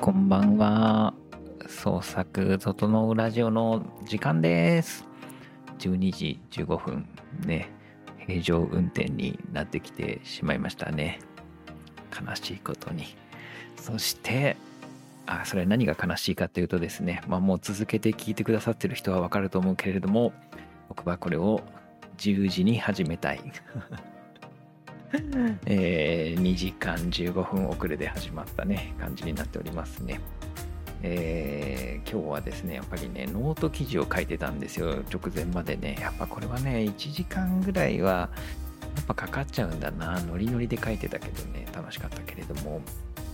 こんばんは。創作整うラジオの時間です。12時15分ね、平常運転になってきてしまいましたね。悲しいことに。そして、それは何が悲しいかというとですね、もう続けて聞いてくださってる人はわかると思うけれども、僕はこれを10時に始めたい。2時間15分遅れで始まったね、感じになっておりますね。今日はですね、やっぱりね、ノート記事を書いてたんですよ、直前までね。やっぱこれはね、1時間ぐらいは、やっぱかかっちゃうんだな。ノリノリで書いてたけどね、楽しかったけれども。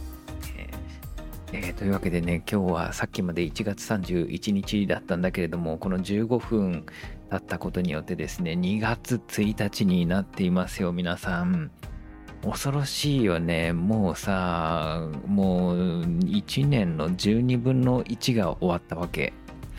というわけでね、今日はさっきまで1月31日だったんだけれども、この15分経ったことによってですね、2月1日になっていますよ、皆さん。恐ろしいよね。もうさ、もう1年の12分の1が終わったわけ。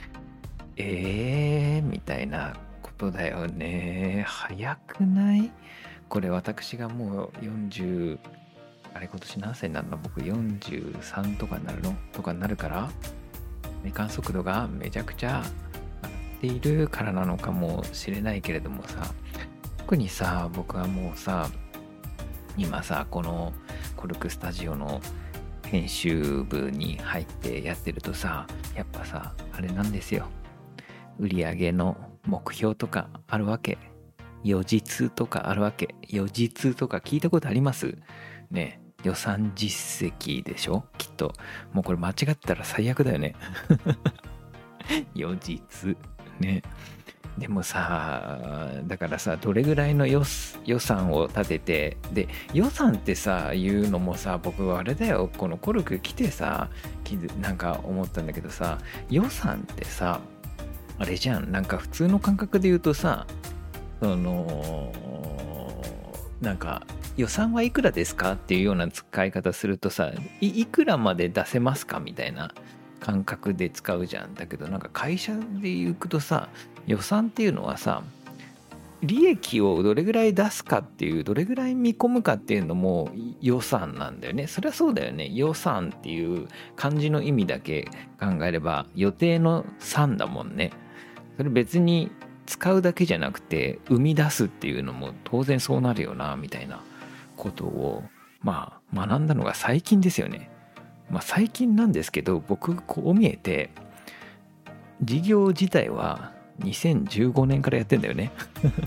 みたいなことだよね。早くない？これ私がもう40、今年何歳になるの？僕43とかになるのとかになるから、メカン速度がめちゃくちゃ上がっているからなのかもしれないけれどもさ、特にさ、僕はもうさ、今さ、このコルクスタジオの編集部に入ってやってるとさ、やっぱさ、あれなんですよ。売り上げの目標とかあるわけ。予実とかあるわけ。予実とか聞いたことありますね。予算実績でしょきっと。もうこれ間違ったら最悪だよね。予実。ね。でもさ、だからさ、どれぐらいの予算を立てて、で、予算ってさ、言うのもさ、僕はあれだよ、このコルク来てさ、なんか思ったんだけどさ、予算ってさ、あれじゃん、なんか普通の感覚で言うとさ、なんか、予算はいくらですかっていうような使い方するとさ、いくらまで出せますかみたいな感覚で使うじゃん。だけどなんか会社で行くとさ、予算っていうのはさ、利益をどれぐらい出すかっていう、どれぐらい見込むかっていうのも予算なんだよね。それはそうだよね。予算っていう漢字の意味だけ考えれば予定の算だもんね。それ別に使うだけじゃなくて生み出すっていうのも当然そうなるよなみたいなことを学んだのが最近ですよね。最近なんですけど、僕こう見えて事業自体は2015年からやってんだよね。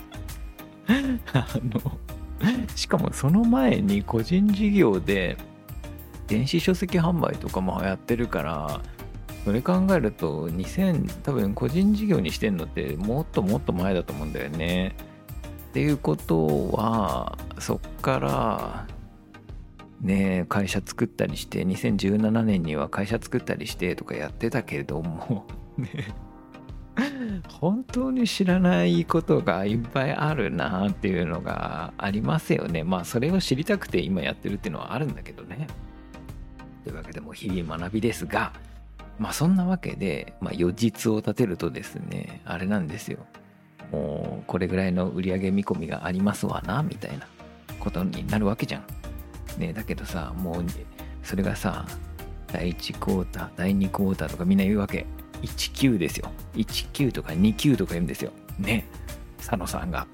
しかもその前に個人事業で電子書籍販売とかもやってるから、それ考えると多分個人事業にしてんのってもっともっと前だと思うんだよね。っていうことは、そっからね、会社作ったりして、2017年には会社作ったりしてとかやってたけれども、ね、本当に知らないことがいっぱいあるなっていうのがありますよね。それを知りたくて今やってるっていうのはあるんだけどね。というわけでも日々学びですが、そんなわけで、予実を立てるとですね、あれなんですよ。もうこれぐらいの売上見込みがありますわなみたいなことになるわけじゃん。ね、だけどさ、もうそれがさ、第1クォーター、第2クォーターとかみんな言うわけ。1級ですよ。1級とか2級とか言うんですよ。ね。佐野さんが。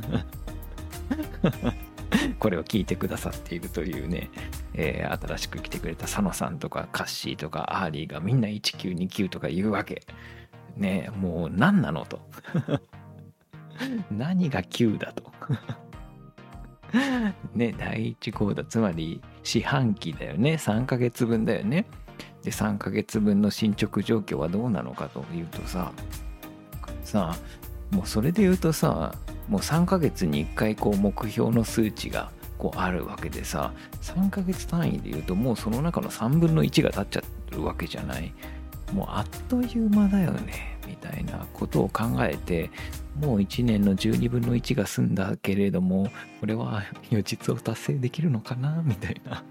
これを聞いてくださっているというね、新しく来てくれた佐野さんとかカッシーとかアーリーがみんな1級、2級とか言うわけ。ね、もう何なのと。何が級だと。ね、第1クォーター、つまり四半期だよね。3ヶ月分だよね。で、3ヶ月分の進捗状況はどうなのかというとさ、もうそれで言うとさ、もう3ヶ月に1回こう目標の数値がこうあるわけでさ、3ヶ月単位で言うともうその中の3分の1が経っちゃってるわけじゃない。もうあっという間だよね、みたいなことを考えて、もう1年の12分の1が済んだけれども、これは予実を達成できるのかな、みたいな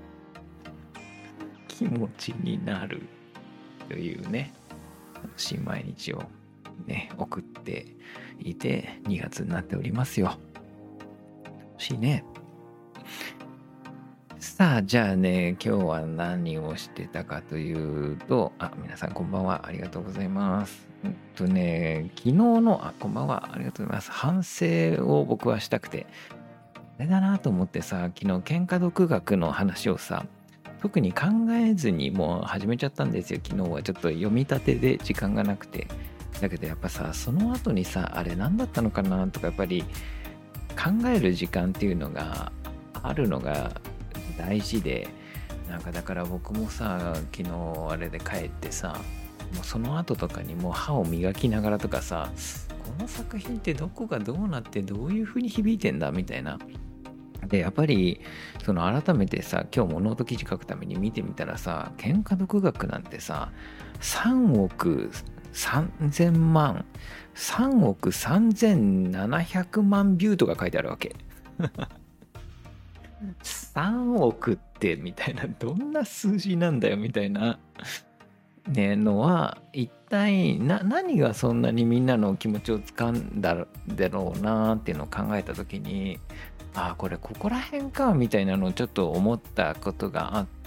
気持ちになるというね、楽しい毎日をね、送っていて2月になっておりますよ。楽しいね。 さあ、じゃあね、今日は何をしてたかというと、皆さんこんばんは。ありがとうございます。昨日の、こんばんは。ありがとうございます。反省を僕はしたくて、あれだなと思ってさ、昨日、喧嘩独学の話をさ、特に考えずにもう始めちゃったんですよ。昨日はちょっと読み立てで時間がなくて。だけどやっぱさ、その後にさ、あれ何だったのかなとか、やっぱり考える時間っていうのがあるのが大事で、なんかだから僕もさ、昨日あれで帰ってさ、もうその後とかにもう歯を磨きながらとかさ、この作品ってどこがどうなってどういう風に響いてんだみたいな。で、やっぱりその改めてさ、今日もノート記事書くために見てみたらさ、喧嘩独学なんてさ、3億3000万、3億3700万ビューとか書いてあるわけ。3億ってみたいな、どんな数字なんだよみたいなねのは、一体何がそんなにみんなの気持ちをつかんだろうなっていうのを考えた時に、これここら辺かみたいなのをちょっと思ったことがあって、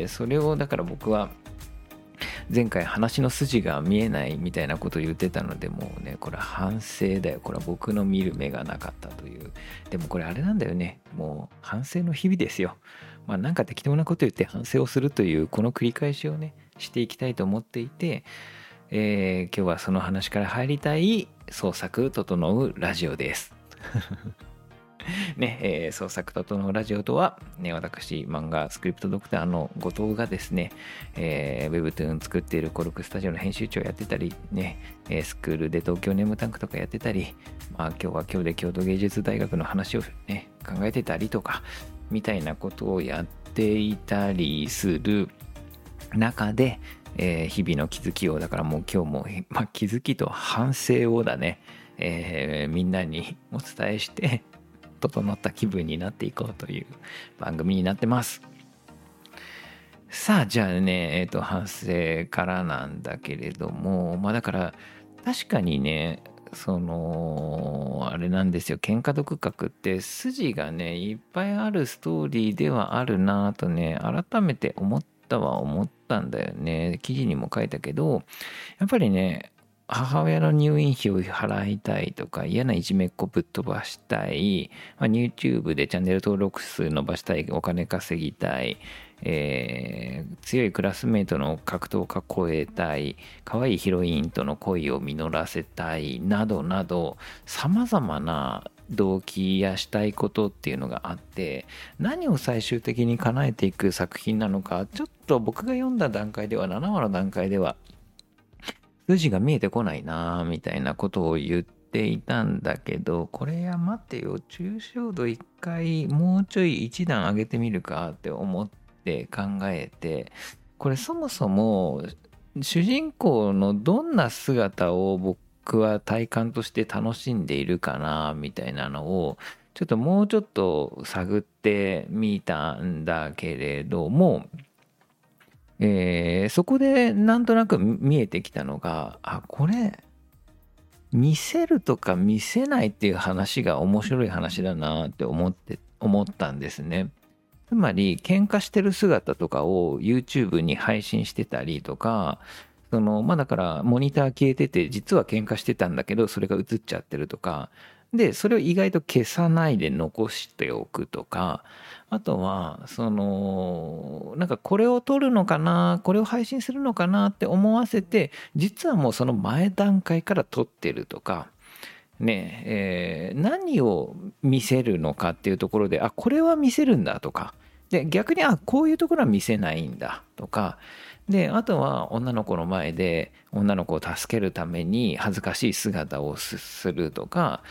それをだから僕は前回話の筋が見えないみたいなことを言ってたので、もうね、これは反省だよ。これは僕の見る目がなかったという。でもこれあれなんだよね。もう反省の日々ですよ。なんか適当なこと言って反省をするというこの繰り返しをね、していきたいと思っていて、今日はその話から入りたい創作整うラジオです。ね、創作整うラジオとは、ね、私、漫画スクリプトドクターの後藤がですね、Webtoon 作っているコルクスタジオの編集長をやってたり、ね、スクールで東京ネームタンクとかやってたり、今日は今日で京都芸術大学の話をね、考えてたりとか、みたいなことをやっていたりする中で、日々の気づきを、だからもう今日も、気づきと反省をだね、みんなにお伝えして、整った気分になっていこうという番組になってます。さあ、じゃあね、反省からなんだけれども、だから確かにね、あれなんですよ、喧嘩独学って筋がね、いっぱいあるストーリーではあるなぁとね、改めて思ったんだよね。記事にも書いたけど、やっぱりね、母親の入院費を払いたいとか、嫌ないじめっ子ぶっ飛ばしたい、YouTube でチャンネル登録数伸ばしたい、お金稼ぎたい、強いクラスメートの格闘家超えたい、可愛いヒロインとの恋を実らせたい、などなど、様々な動機やしたいことっていうのがあって、何を最終的に叶えていく作品なのか、ちょっと僕が読んだ段階では、7話の段階では、数字が見えてこないなみたいなことを言っていたんだけど、これ待ってよ、抽象度一回もうちょい一段上げてみるかって思って考えて、これそもそも主人公のどんな姿を僕は体感として楽しんでいるかなみたいなのをちょっともうちょっと探ってみたんだけれども、そこでなんとなく見えてきたのが、これ見せるとか見せないっていう話が面白い話だなって思ったんですね。つまり喧嘩してる姿とかを YouTube に配信してたりとか、だからモニター消えてて実は喧嘩してたんだけどそれが映っちゃってるとかで、それを意外と消さないで残しておくとか、あとはなんかこれを撮るのかな、これを配信するのかなって思わせて実はもうその前段階から撮ってるとかね、何を見せるのかっていうところで、これは見せるんだとか、で逆にこういうところは見せないんだとかで、あとは女の子の前で女の子を助けるために恥ずかしい姿をするとか、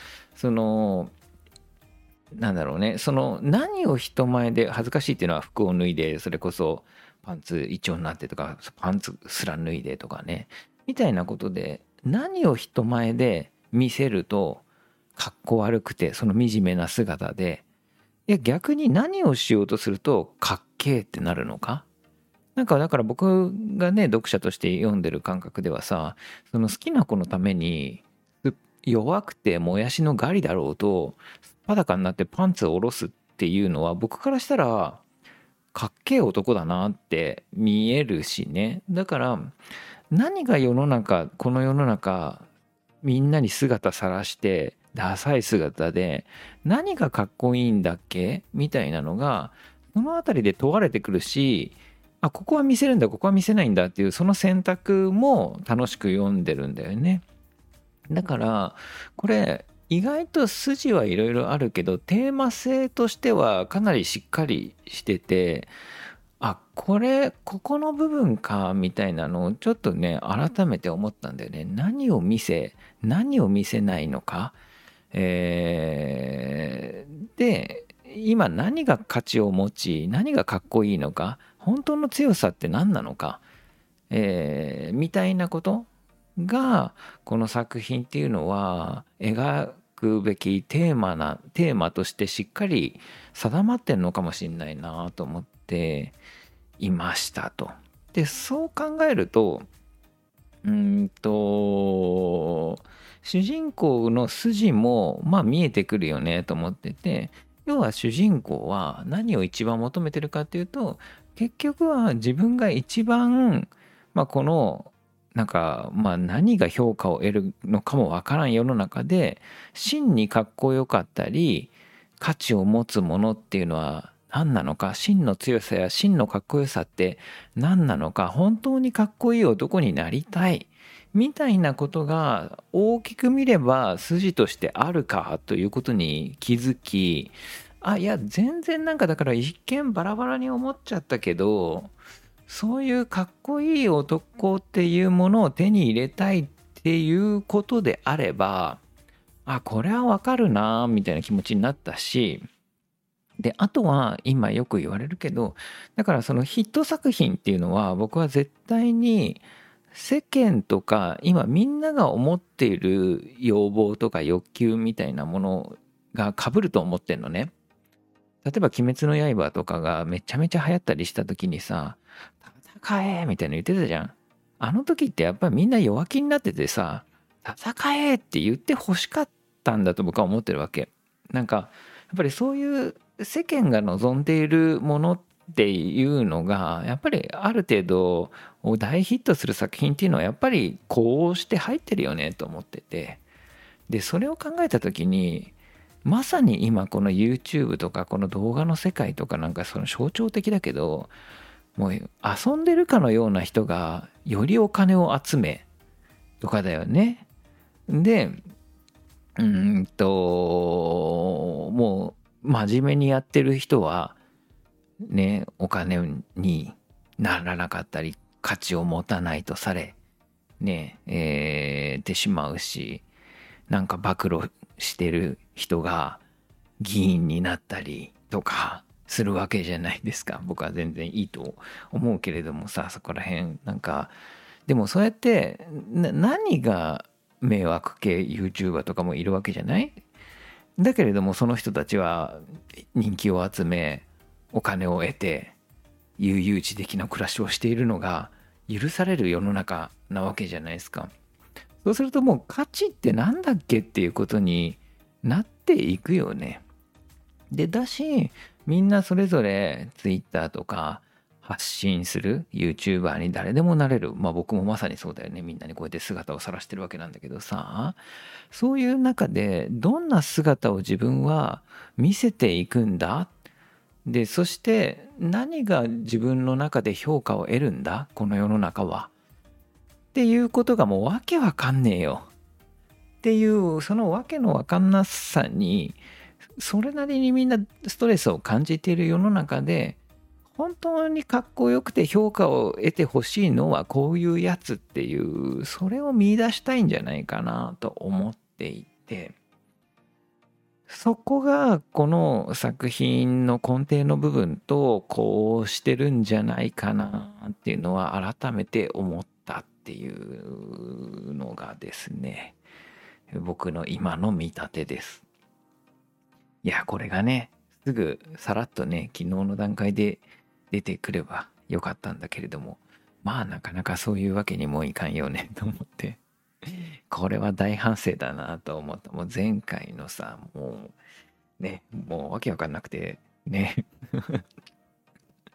なんだろうね、何を人前で、恥ずかしいっていうのは服を脱いで、それこそパンツ一丁になってとか、パンツすら脱いでとかね、みたいなことで、何を人前で見せると、かっこ悪くて、その惨めな姿で、いや逆に何をしようとすると、かっけーってなるのか。なんかだから僕がね、読者として読んでる感覚ではさ、その好きな子のために、弱くてもやしのガリだろうと、裸になってパンツを下ろすっていうのは僕からしたらかっけえ男だなって見えるしね。だから何がこの世の中みんなに姿晒してダサい姿で何がかっこいいんだっけみたいなのがそのあたりで問われてくるし、あ、ここは見せるんだここは見せないんだっていうその選択も楽しく読んでるんだよね。だからこれ意外と筋はいろいろあるけどテーマ性としてはかなりしっかりしてて、あ、ここの部分かみたいなのをちょっとね改めて思ったんだよね。何を見せないのか、で今何が価値を持ち何がかっこいいのか本当の強さって何なのか、みたいなことがこの作品っていうのは描くべきテーマとしてしっかり定まってんのかもしれないなと思っていましたと。でそう考えると主人公の筋もまあ見えてくるよねと思ってて、要は主人公は何を一番求めてるかっていうと、結局は自分が一番、まあ、このまあ何が評価を得るのかもわからん世の中で真にかっこよかったり価値を持つものっていうのは何なのか、真の強さや真のかっこよさって何なのか、本当にかっこいい男になりたいみたいなことが大きく見れば筋としてあるかということに気づき、あ、いや全然だから一見バラバラに思っちゃったけど、そういうかっこいい男っていうものを手に入れたいっていうことであれば、あ、これはわかるなみたいな気持ちになったし、で、あとは今よく言われるけど、だからそのヒット作品っていうのは僕は絶対に世間とか今みんなが思っている要望とか欲求みたいなものが被ると思ってんのね。例えば「鬼滅の刃」とかがめちゃめちゃ流行ったりした時にさ「戦え!」みたいなの言ってたじゃん。あの時ってやっぱりみんな弱気になっててさ「戦え!」って言って欲しかったんだと僕は思ってるわけ。やっぱりそういう世間が望んでいるものっていうのがやっぱりある程度大ヒットする作品っていうのはやっぱりこうして入ってるよねと思ってて、でそれを考えた時にまさに今この YouTube とかこの動画の世界とかその象徴的だけど、もう遊んでるかのような人がよりお金を集めとかだよね。でもう真面目にやってる人はねお金にならなかったり価値を持たないとされねてしまうし、暴露してる人が議員になったりとかするわけじゃないですか。僕は全然いいと思うけれどもさ、そこら辺でもそうやって何が迷惑系 YouTuber とかもいるわけじゃない。だけれどもその人たちは人気を集めお金を得て悠々自適な暮らしをしているのが許される世の中なわけじゃないですか。そうするともう価値ってなんだっけっていうことになっていくよね。でだしみんなそれぞれ Twitter とか発信する YouTuber に誰でもなれる。まあ僕もまさにそうだよね。みんなにこうやって姿を晒してるわけなんだけどさ、そういう中でどんな姿を自分は見せていくんだ。でそして何が自分の中で評価を得るんだこの世の中はっていうことがもうわけわかんねえよっていうそのわけのわかんなさにそれなりにみんなストレスを感じている世の中で、本当にかっこよくて評価を得てほしいのはこういうやつっていうそれを見出したいんじゃないかなと思っていて、そこがこの作品の根底の部分とこうしてるんじゃないかなっていうのは改めて思ったっていうのがですね、僕の今の見立てです。いやこれがねすぐさらっとね昨日の段階で出てくればよかったんだけれども、まあなかなかそういうわけにもいかんよねと思ってこれは大反省だなと思った。もう前回のさもうわけわかんなくてね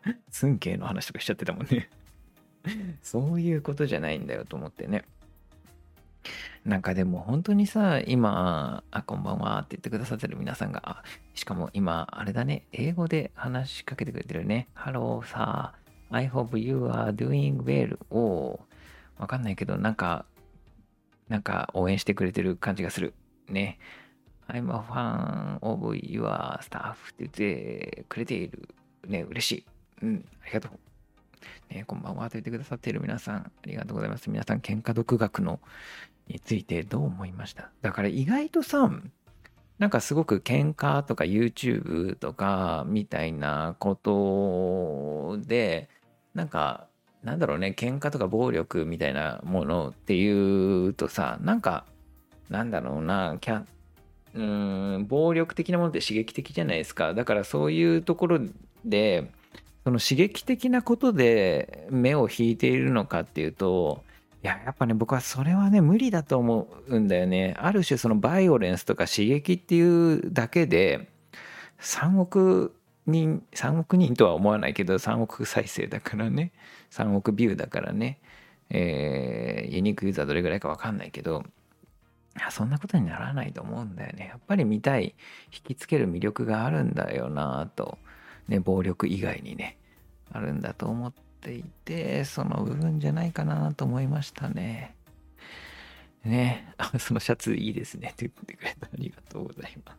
寸慶の話とかしちゃってたもんね。そういうことじゃないんだよと思ってね。なんかでも本当にさ、今、こんばんはって言ってくださってる皆さんが、しかも今、あれだね、英語で話しかけてくれてるね。Hello, sir. I hope you are doing well. わかんないけど、なんか応援してくれてる感じがする。ね。I'm a fan of your stuff って言ってくれている。ね、嬉しい。ありがとう。ね、こんばんはと言ってくださっている皆さん、ありがとうございます。皆さん、喧嘩独学のについてどう思いました？だから意外とさ、なんかすごく喧嘩とか YouTube とかみたいなことで、なんだろうね、喧嘩とか暴力みたいなものっていうとさ、なんだろうな、暴力的なものって刺激的じゃないですか。だからそういうところで、その刺激的なことで目を引いているのかっていうと、やっぱね、僕はそれはね、無理だと思うんだよね。ある種そのバイオレンスとか刺激っていうだけで、3億人とは思わないけど、3億再生だからね、3億ビューだからね、ユニークユーザーどれぐらいかわかんないけど、そんなことにならないと思うんだよね。やっぱり見たい、引きつける魅力があるんだよなと、ね、暴力以外にね、あるんだと思っていて、その部分じゃないかなと思いましたね。ね、そのシャツいいですねって言ってくれた。ありがとうございます。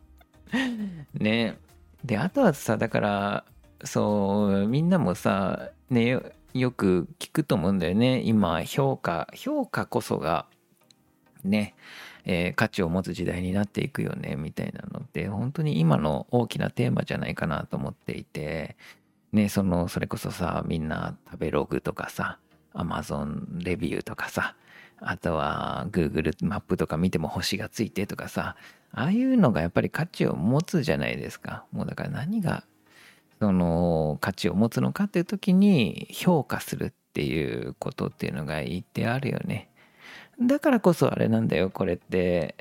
ね。で、あとはさ、だから、そう、みんなもさ、ね、よく聞くと思うんだよね。今、評価こそが、ね、価値を持つ時代になっていくよねみたいなのって本当に今の大きなテーマじゃないかなと思っていて、ね、それこそさ、みんな食べログとかさ、Amazon レビューとかさ、あとは Google マップとか見ても星がついてとかさ、ああいうのがやっぱり価値を持つじゃないですか。もうだから何がその価値を持つのかっていう時に評価するっていうことっていうのが言ってあるよね。だからこそあれなんだよ、これって。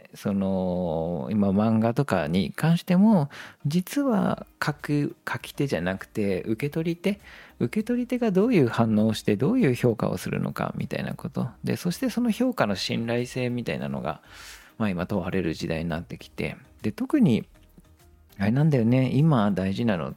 今漫画とかに関しても、実は書き手じゃなくて、受け取り手がどういう反応をして、どういう評価をするのか、みたいなこと。で、そしてその評価の信頼性みたいなのが、今問われる時代になってきて。で、特に、あれなんだよね、今大事なのって、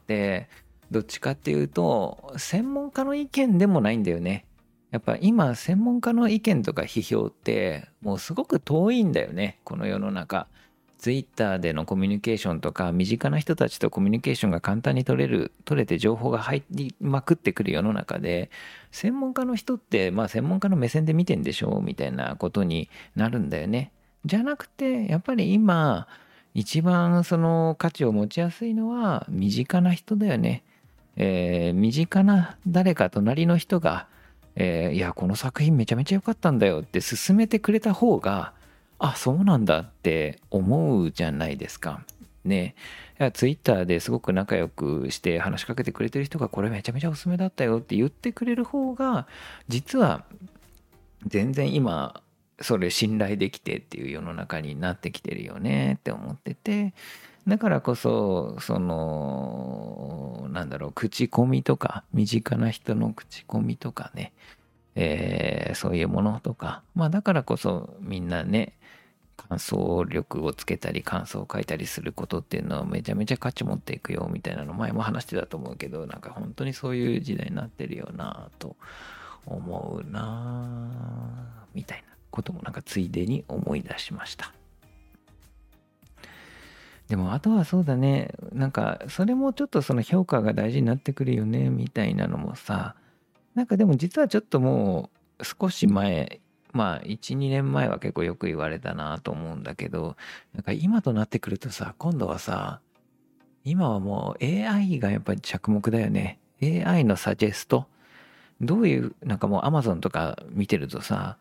どっちかっていうと、専門家の意見でもないんだよね。やっぱ今専門家の意見とか批評ってもうすごく遠いんだよね、この世の中。ツイッターでのコミュニケーションとか身近な人たちとコミュニケーションが簡単に取れて情報が入りまくってくる世の中で、専門家の人って専門家の目線で見てんでしょうみたいなことになるんだよね。じゃなくてやっぱり今一番その価値を持ちやすいのは身近な人だよね。身近な誰か隣の人がいや、この作品めちゃめちゃ良かったんだよって勧めてくれた方が、そうなんだって思うじゃないですか。ね。ツイッターですごく仲良くして話しかけてくれてる人がこれめちゃめちゃおすすめだったよって言ってくれる方が、実は全然今、それ信頼できてっていう世の中になってきてるよねって思ってて、だからこそ、なんだろう、口コミとか、身近な人の口コミとかね、そういうものとか、だからこそみんなね、感想力をつけたり、感想を書いたりすることっていうのはめちゃめちゃ価値持っていくよみたいなの前も話してたと思うけど、なんか本当にそういう時代になってるよなと思うなみたいなこともなんかついでに思い出しました。でもあとはそうだね、なんかそれもちょっとその評価が大事になってくるよねみたいなのもさ、なんかでも実はちょっともう少し前、1、2年前は結構よく言われたなと思うんだけど、なんか今となってくるとさ、今度はさ、今はもう AI がやっぱり着目だよね。AI のサジェスト。どういう、なんかもう Amazon とか見てるとさ、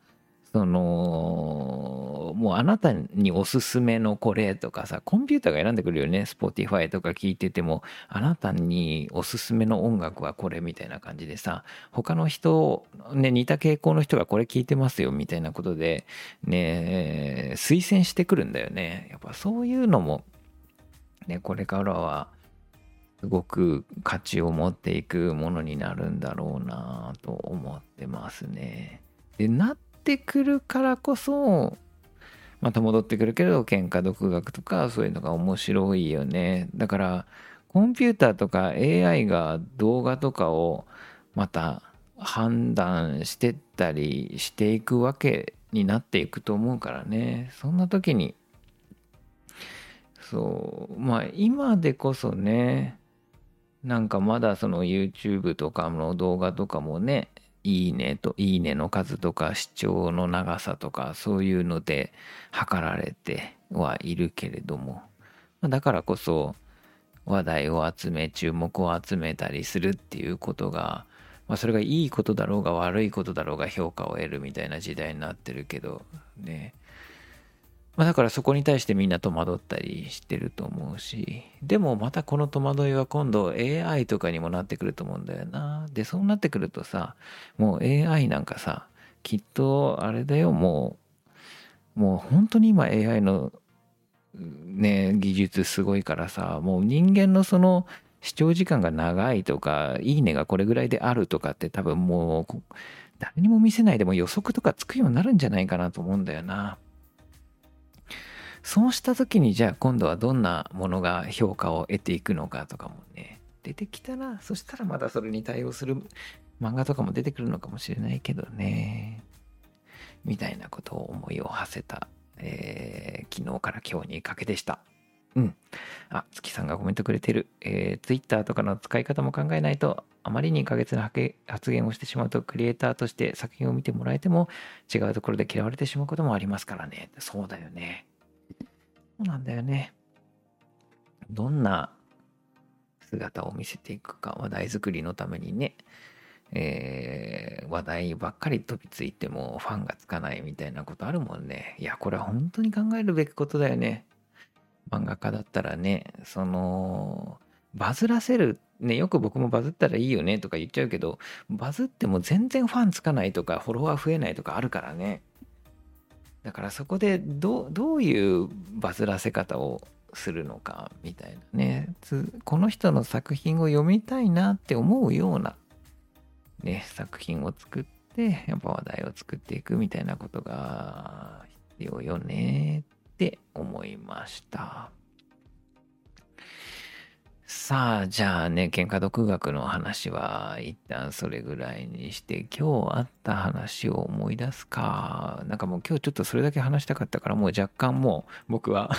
もうあなたにおすすめのこれとかさ、コンピューターが選んでくるよね。Spotify とか聞いてても、あなたにおすすめの音楽はこれみたいな感じでさ、他の人、ね、似た傾向の人がこれ聞いてますよみたいなことで、ね、推薦してくるんだよね。やっぱそういうのも、ね、これからはすごく価値を持っていくものになるんだろうなと思ってますね。で、なってくるからこそ、また戻ってくるけど、喧嘩独学とかそういうのが面白いよね。だから、コンピューターとか AI が動画とかをまた判断してったりしていくわけになっていくと思うからね。そんな時に、そう、まあ今でこそね、なんかまだその YouTube とかの動画とかもね、いいねの数とか視聴の長さとかそういうので測られてはいるけれども、だからこそ話題を集め注目を集めたりするっていうことが、それがいいことだろうが悪いことだろうが評価を得るみたいな時代になってるけどね。だからそこに対してみんな戸惑ったりしてると思うし、でもまたこの戸惑いは今度 AI とかにもなってくると思うんだよな。で、そうなってくるとさ、もう AI なんかさ、きっとあれだよ、もう本当に今 AI のね、技術すごいからさ、もう人間のその視聴時間が長いとか、いいねがこれぐらいであるとかって多分もう誰にも見せないでも予測とかつくようになるんじゃないかなと思うんだよな。そうした時にじゃあ今度はどんなものが評価を得ていくのかとかもね、出てきたら、そしたらまだそれに対応する漫画とかも出てくるのかもしれないけどね。みたいなことを思いを馳せた、昨日から今日にかけでした。うん。あ、月さんがコメントくれてる。Twitter とかの使い方も考えないと、あまりに過激な発言をしてしまうと、クリエイターとして作品を見てもらえても、違うところで嫌われてしまうこともありますからね。そうだよね。そうなんだよね。どんな姿を見せていくか、話題作りのためにね、話題ばっかり飛びついてもファンがつかないみたいなことあるもんね。いや、これは本当に考えるべきことだよね。漫画家だったらね、バズらせる、ね、よく僕もバズったらいいよねとか言っちゃうけど、バズっても全然ファンつかないとか、フォロワー増えないとかあるからね。だからそこでどういうバズらせ方をするのかみたいなね。この人の作品を読みたいなって思うような、ね、作品を作って、やっぱ話題を作っていくみたいなことが必要よねって思いました。さあ、じゃあね、喧嘩独学の話は一旦それぐらいにして、今日あった話を思い出すか。なんかもう今日ちょっとそれだけ話したかったから、もう若干もう僕は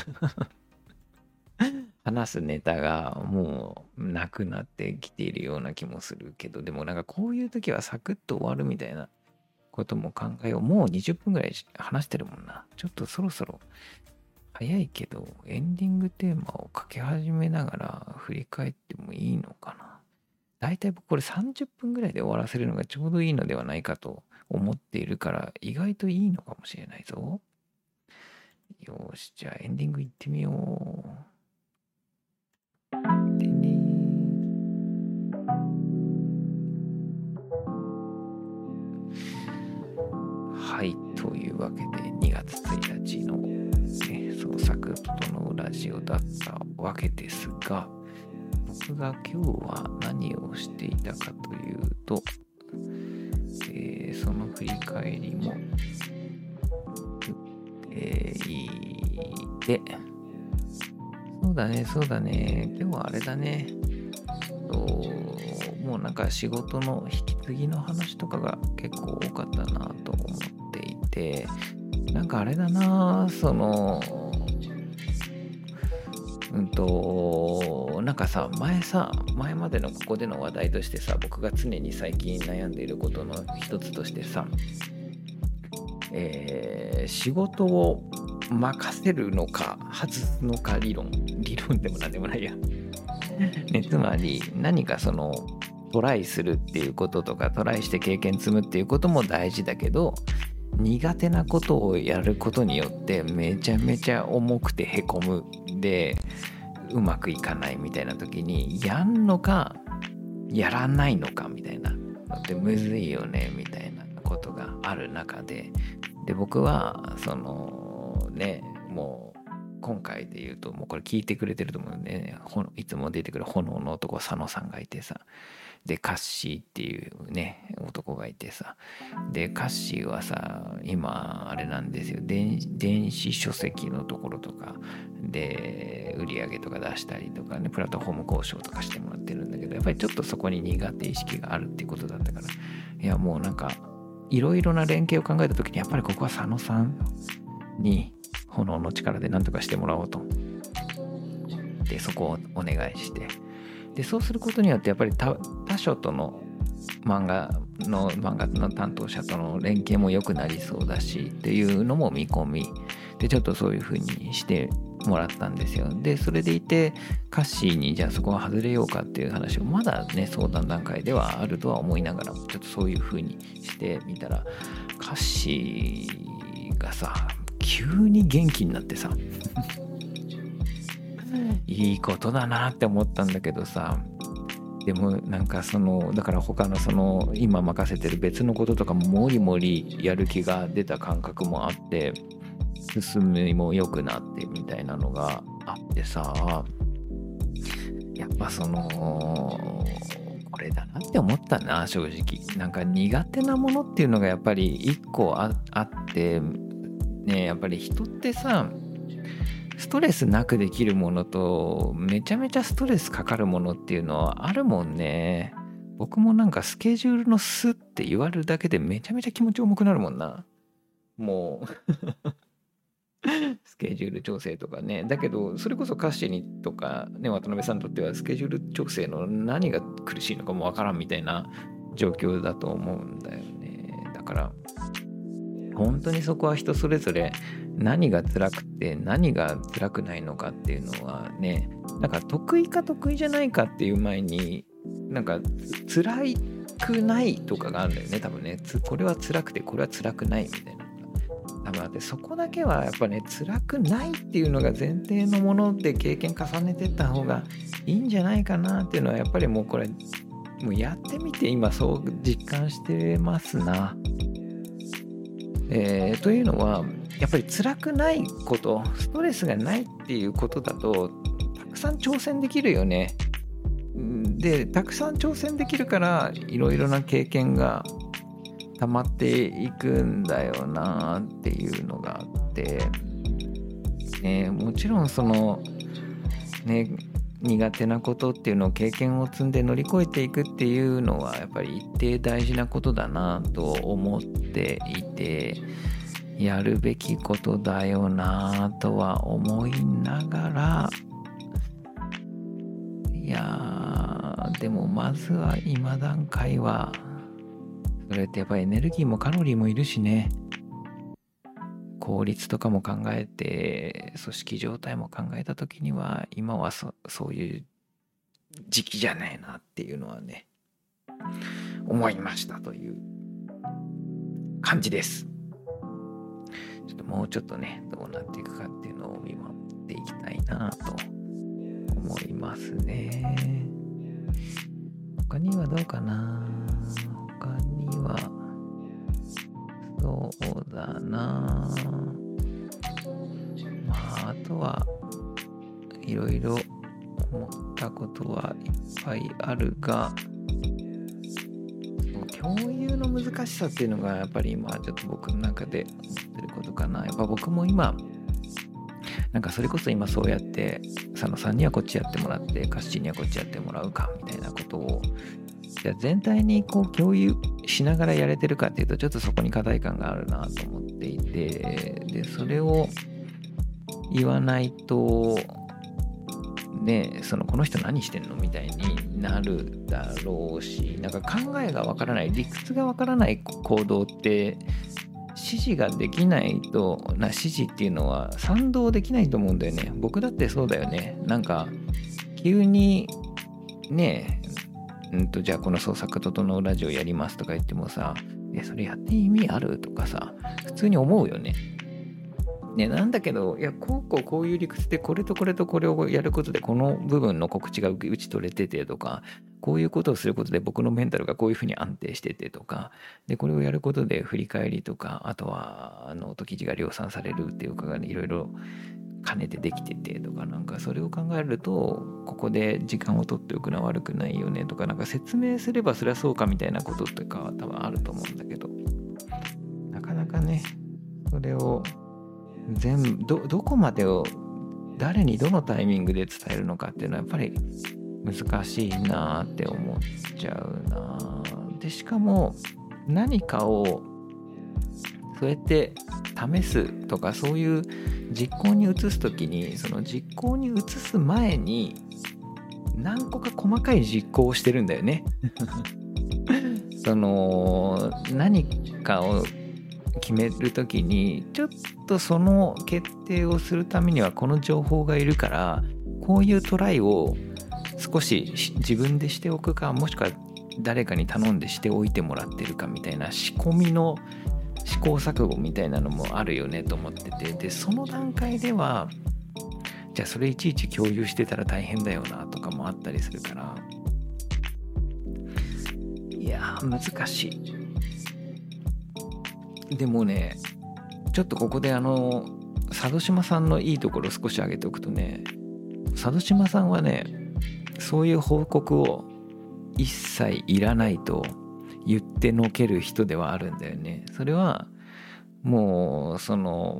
話すネタがもうなくなってきているような気もするけど、でもなんかこういう時はサクッと終わるみたいなことも考えよう。もう20分ぐらい話してるもんな。ちょっとそろそろ早いけど、エンディングテーマをかけ始めながら振り返ってもいいのかな。だいたい僕これ30分ぐらいで終わらせるのがちょうどいいのではないかと思っているから、意外といいのかもしれないぞ。よし、じゃあエンディングいってみよう。でね。はい、というわけで2月1日の、創作整うラジオだったわけですが、僕が今日は何をしていたかというと、その振り返りも、で、そうだね、今日はあれだね、もうなんか仕事の引き継ぎの話とかが結構多かったなと思っていて、なんかあれだな、なんかさ、前までのここでの話題としてさ、僕が常に最近悩んでいることの一つとしてさ、仕事を任せるのか外すのか理論でもなんでもないや。ね、つまり何かトライするっていうこととかトライして経験積むっていうことも大事だけど、苦手なことをやることによってめちゃめちゃ重くてへこむでうまくいかないみたいな時にやんのかやらないのかみたいなのってむずいよねみたいなことがある中で、僕はもう今回で言うともうこれ聞いてくれてると思うんで、ね、いつも出てくる炎の男佐野さんがいてさ、でカッシーっていうね男がいてさ、でカッシーはさ今あれなんですよ、電子書籍のところとかで売り上げとか出したりとかね、プラットフォーム交渉とかしてもらってるんだけど、やっぱりちょっとそこに苦手意識があるっていうことだったから、いやもうなんかいろいろな連携を考えた時にやっぱりここは佐野さんに炎の力で何とかしてもらおうと、でそこをお願いして、でそうすることによってやっぱり他所との漫画の担当者との連携も良くなりそうだしっていうのも見込みで、ちょっとそういう風にしてもらったんですよ。でそれでいてカッシーにじゃあそこは外れようかっていう話をまだね相談段階ではあるとは思いながら、ちょっとそういう風にしてみたらカッシーがさ急に元気になってさいいことだなって思ったんだけどさ、でもなんかだから他の今任せてる別のこととかももりもりやる気が出た感覚もあって、進みも良くなってみたいなのがあってさ、やっぱこれだなって思ったな正直。なんか苦手なものっていうのがやっぱり一個あってね、やっぱり人ってさストレスなくできるものとめちゃめちゃストレスかかるものっていうのはあるもんね。僕もなんかスケジュールのスって言われるだけでめちゃめちゃ気持ち重くなるもんな。もうスケジュール調整とかね。だけどそれこそカッシーにとかね渡辺さんにとってはスケジュール調整の何が苦しいのかもわからんみたいな状況だと思うんだよね。だから本当にそこは人それぞれ何が辛くて何が辛くないのかっていうのはね、なんか得意か得意じゃないかっていう前になんか辛くないとかがあるんだよね多分ね。これは辛くてこれは辛くないみたいな多分あって、そこだけはやっぱね辛くないっていうのが前提のもので経験重ねてった方がいいんじゃないかなっていうのはやっぱりもうこれもうやってみて今そう実感してますな。というのはやっぱり辛くないこと、ストレスがないっていうことだとたくさん挑戦できるよね。でたくさん挑戦できるからいろいろな経験が溜まっていくんだよなっていうのがあって、もちろん苦手なことっていうのを経験を積んで乗り越えていくっていうのはやっぱり一定大事なことだなと思っていて、やるべきことだよなとは思いながら、いやでもまずは今段階はそれってやっぱりエネルギーもカロリーもいるしね、効率とかも考えて組織状態も考えた時には今はそういう時期じゃないなっていうのはね思いましたという感じです。ちょっともうちょっとねどうなっていくかっていうのを見守っていきたいなと思いますね。他にはどうかな。他にはそうだな、まああとはいろいろ思ったことはいっぱいあるが、共有の難しさっていうのがやっぱり今ちょっと僕の中で思ってることかな。やっぱ僕も今なんかそれこそ今そうやって佐野さんにはこっちやってもらってカッシーにはこっちやってもらうかみたいなことをじゃあ全体にこう共有しながらやれてるかっていうとちょっとそこに課題感があるなと思っていて、でそれを言わないとねこの人何してんのみたいになるだろうし、なんか考えがわからない理屈がわからない行動って指示ができないと指示っていうのは賛同できないと思うんだよね。僕だってそうだよね。なんか急にねじゃあこの創作整うラジオやりますとか言ってもさ、それやって意味あるとかさ普通に思うよね。なんだけどいやこういう理屈でこれとこれとこれをやることでこの部分の告知が打ち取れててとか、こういうことをすることで僕のメンタルがこういうふうに安定しててとかで、これをやることで振り返りとかあとは記事が量産されるっていうかがねいろいろ兼ねてできててとか、なんかそれを考えるとここで時間を取っておくのは悪くないよねとか、なんか説明すればそれはそうかみたいなこととかは多分あると思うんだけど、なかなかねそれを全部どこまでを誰にどのタイミングで伝えるのかっていうのはやっぱり難しいなって思っちゃうな。でしかも何かをそうやって試すとか、そういう実行に移すときに、その実行に移す前に何個か細かい実行をしてるんだよねその何かを決めるときに、ちょっとその決定をするためにはこの情報がいるから、こういうトライを少し自分でしておくか、もしくは誰かに頼んでしておいてもらってるかみたいな仕込みの試行錯誤みたいなのもあるよねと思ってて、でその段階ではじゃあそれいちいち共有してたら大変だよなとかもあったりするから、いや難しい。でもね、ちょっとここで佐渡島さんのいいところを少し挙げておくとね、佐渡島さんはね、そういう報告を一切いらないと言ってのける人ではあるんだよね。それはもう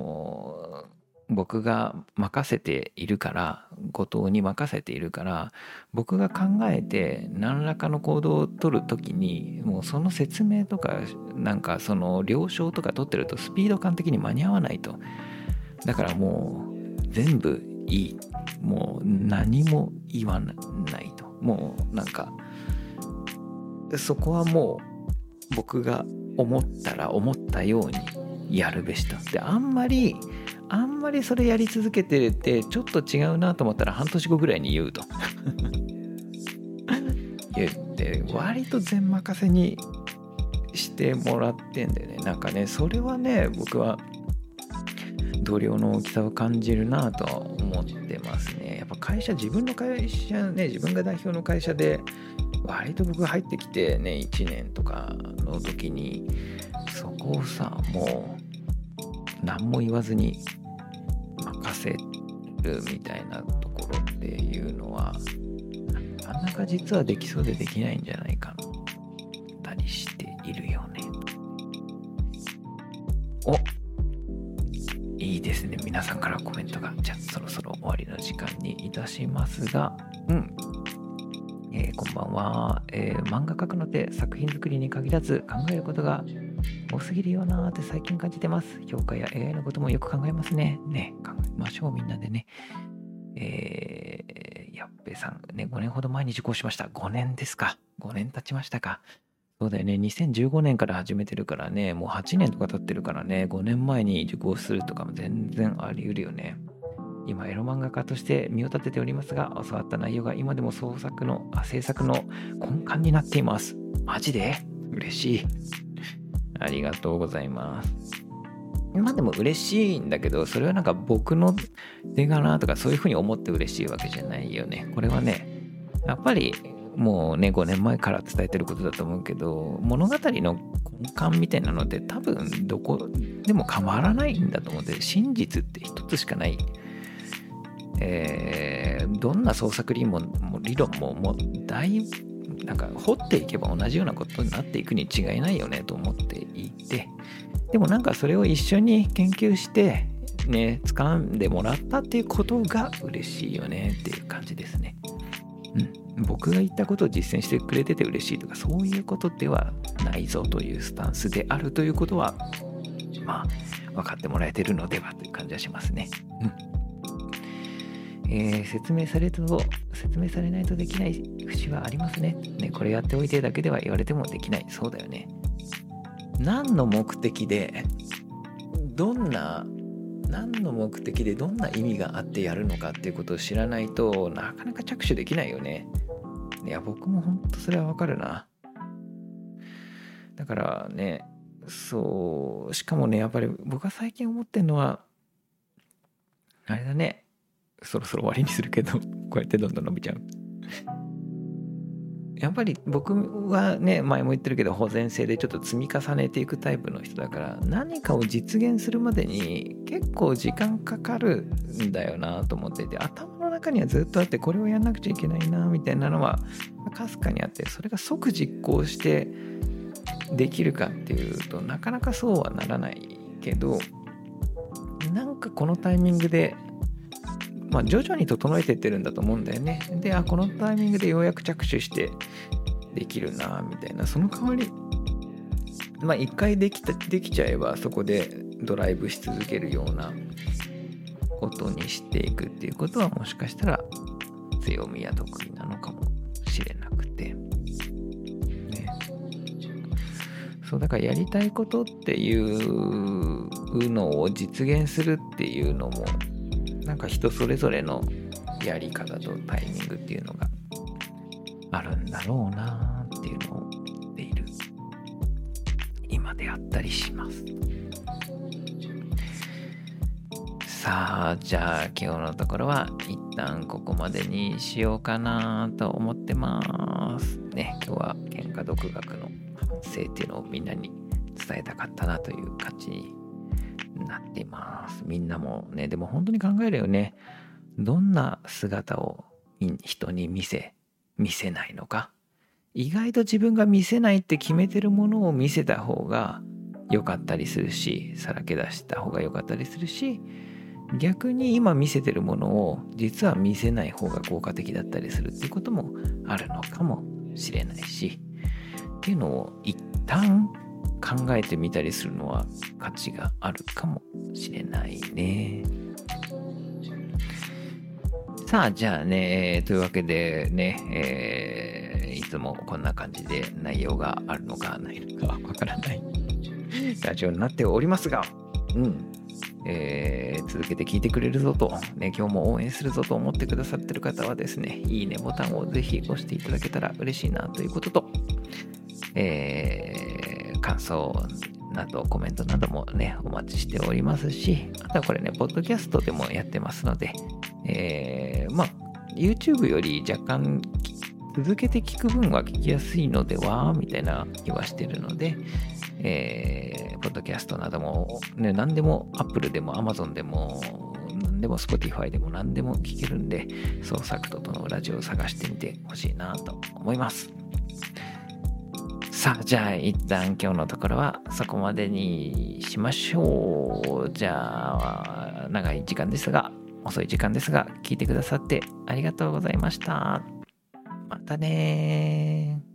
僕が任せているから、後藤に任せているから、僕が考えて何らかの行動を取るときに、もうその説明とかなんかその了承とか取ってるとスピード感的に間に合わないと。だからもう全部いい、もう何も言わないと、もうなんかそこはもう僕が思ったら思ったようにやるべしと。であんまりそれやり続けててちょっと違うなと思ったら半年後ぐらいに言うと言って割と全任せにしてもらってんだよね。なんかね、それはね、僕は同僚の大きさを感じるなとは思ってますね。やっぱ自分の会社ね、自分が代表の会社で割と僕が入ってきてね1年とかの時に、そこをさもう何も言わずに任せるみたいなところっていうのはなかなか実はできそうでできないんじゃないかなったりしているよね。いいですね、皆さんからコメントが。じゃあそろそろ終わりの時間にいたしますが、こんばんは、漫画描くのって作品作りに限らず考えることが多すぎるよなーって最近感じてます。評価や AI のこともよく考えますね。考えましょう、みんなでね。やっべさんね、5年ほど前に受講しました。5年ですか。5年経ちましたか。そうだよね。2015年から始めてるからね、もう8年とか経ってるからね、5年前に受講するとかも全然あり得るよね。今エロ漫画家として身を立てておりますが、教わった内容が今でも制作の根幹になっています。マジで嬉しい。ありがとうございます。まあでも嬉しいんだけど、それはなんか僕の手かなとかそういうふうに思って嬉しいわけじゃないよね。これはね、やっぱりもうね5年前から伝えてることだと思うけど、物語の根幹みたいなのって多分どこでも変わらないんだと思って、真実って一つしかない。どんな創作理論ももうなんか掘っていけば同じようなことになっていくに違いないよねと思っていて、でもなんかそれを一緒に研究してね掴んでもらったっていうことが嬉しいよねっていう感じですね。僕が言ったことを実践してくれてて嬉しいとかそういうことではないぞというスタンスであるということはまあ分かってもらえてるのではという感じはしますね。説明されないとできない節はありますね。これやっておいてだけでは言われてもできない。そうだよね。何の目的でどんな意味があってやるのかっていうことを知らないとなかなか着手できないよね。いや僕も本当それはわかるな。だからね、そうしかもね、やっぱり僕が最近思ってるのはあれだね、そろそろ終わりにするけどこうやってどんどん伸びちゃう。 やっぱり僕はね、前も言ってるけど保全性でちょっと積み重ねていくタイプの人だから、何かを実現するまでに結構時間かかるんだよなと思ってて、頭の中にはずっとあって、これをやんなくちゃいけないなみたいなのはかすかにあって、それが即実行してできるかっていうとなかなかそうはならないけど、なんかこのタイミングで徐々に整えてってるんだと思うんだよね。で、このタイミングでようやく着手してできるなみたいな、その代わり一回できちゃえばそこでドライブし続けるようなことにしていくっていうことは、もしかしたら強みや得意なのかもしれなくてね。そうだからやりたいことっていうのを実現するっていうのも、なんか人それぞれのやり方とタイミングっていうのがあるんだろうなっていうのを思っている今であったりします。さあ、じゃあ今日のところは一旦ここまでにしようかなと思ってますね。今日は喧嘩独学の反省っていうのをみんなに伝えたかったなという感じになっています。みんなもね、でも本当に考えるよね。どんな姿を人に見せないのか。意外と自分が見せないって決めてるものを見せた方が良かったりするし、さらけ出した方が良かったりするし、逆に今見せてるものを実は見せない方が効果的だったりするっていうこともあるのかもしれないし、っていうのを一旦考えてみたりするのは価値があるかもしれないね。さあ、じゃあね、というわけでね、いつもこんな感じで内容があるのかないのかわからないラジオになっておりますが、続けて聞いてくれるぞと、ね、今日も応援するぞと思ってくださってる方はですね、いいねボタンをぜひ押していただけたら嬉しいなということと、感想などコメントなどもねお待ちしておりますし、あとはこれねポッドキャストでもやってますので、YouTube より若干続けて聞く分は聞きやすいのではみたいな気はしてるので、ポッドキャストなどもね、何でも Apple でも Amazon でも何でも Spotify でも何でも聞けるんで、創作とのラジオを探してみてほしいなと思います。さあ、じゃあ一旦今日のところはそこまでにしましょう。じゃあ長い時間ですが、遅い時間ですが聞いてくださってありがとうございました。またね。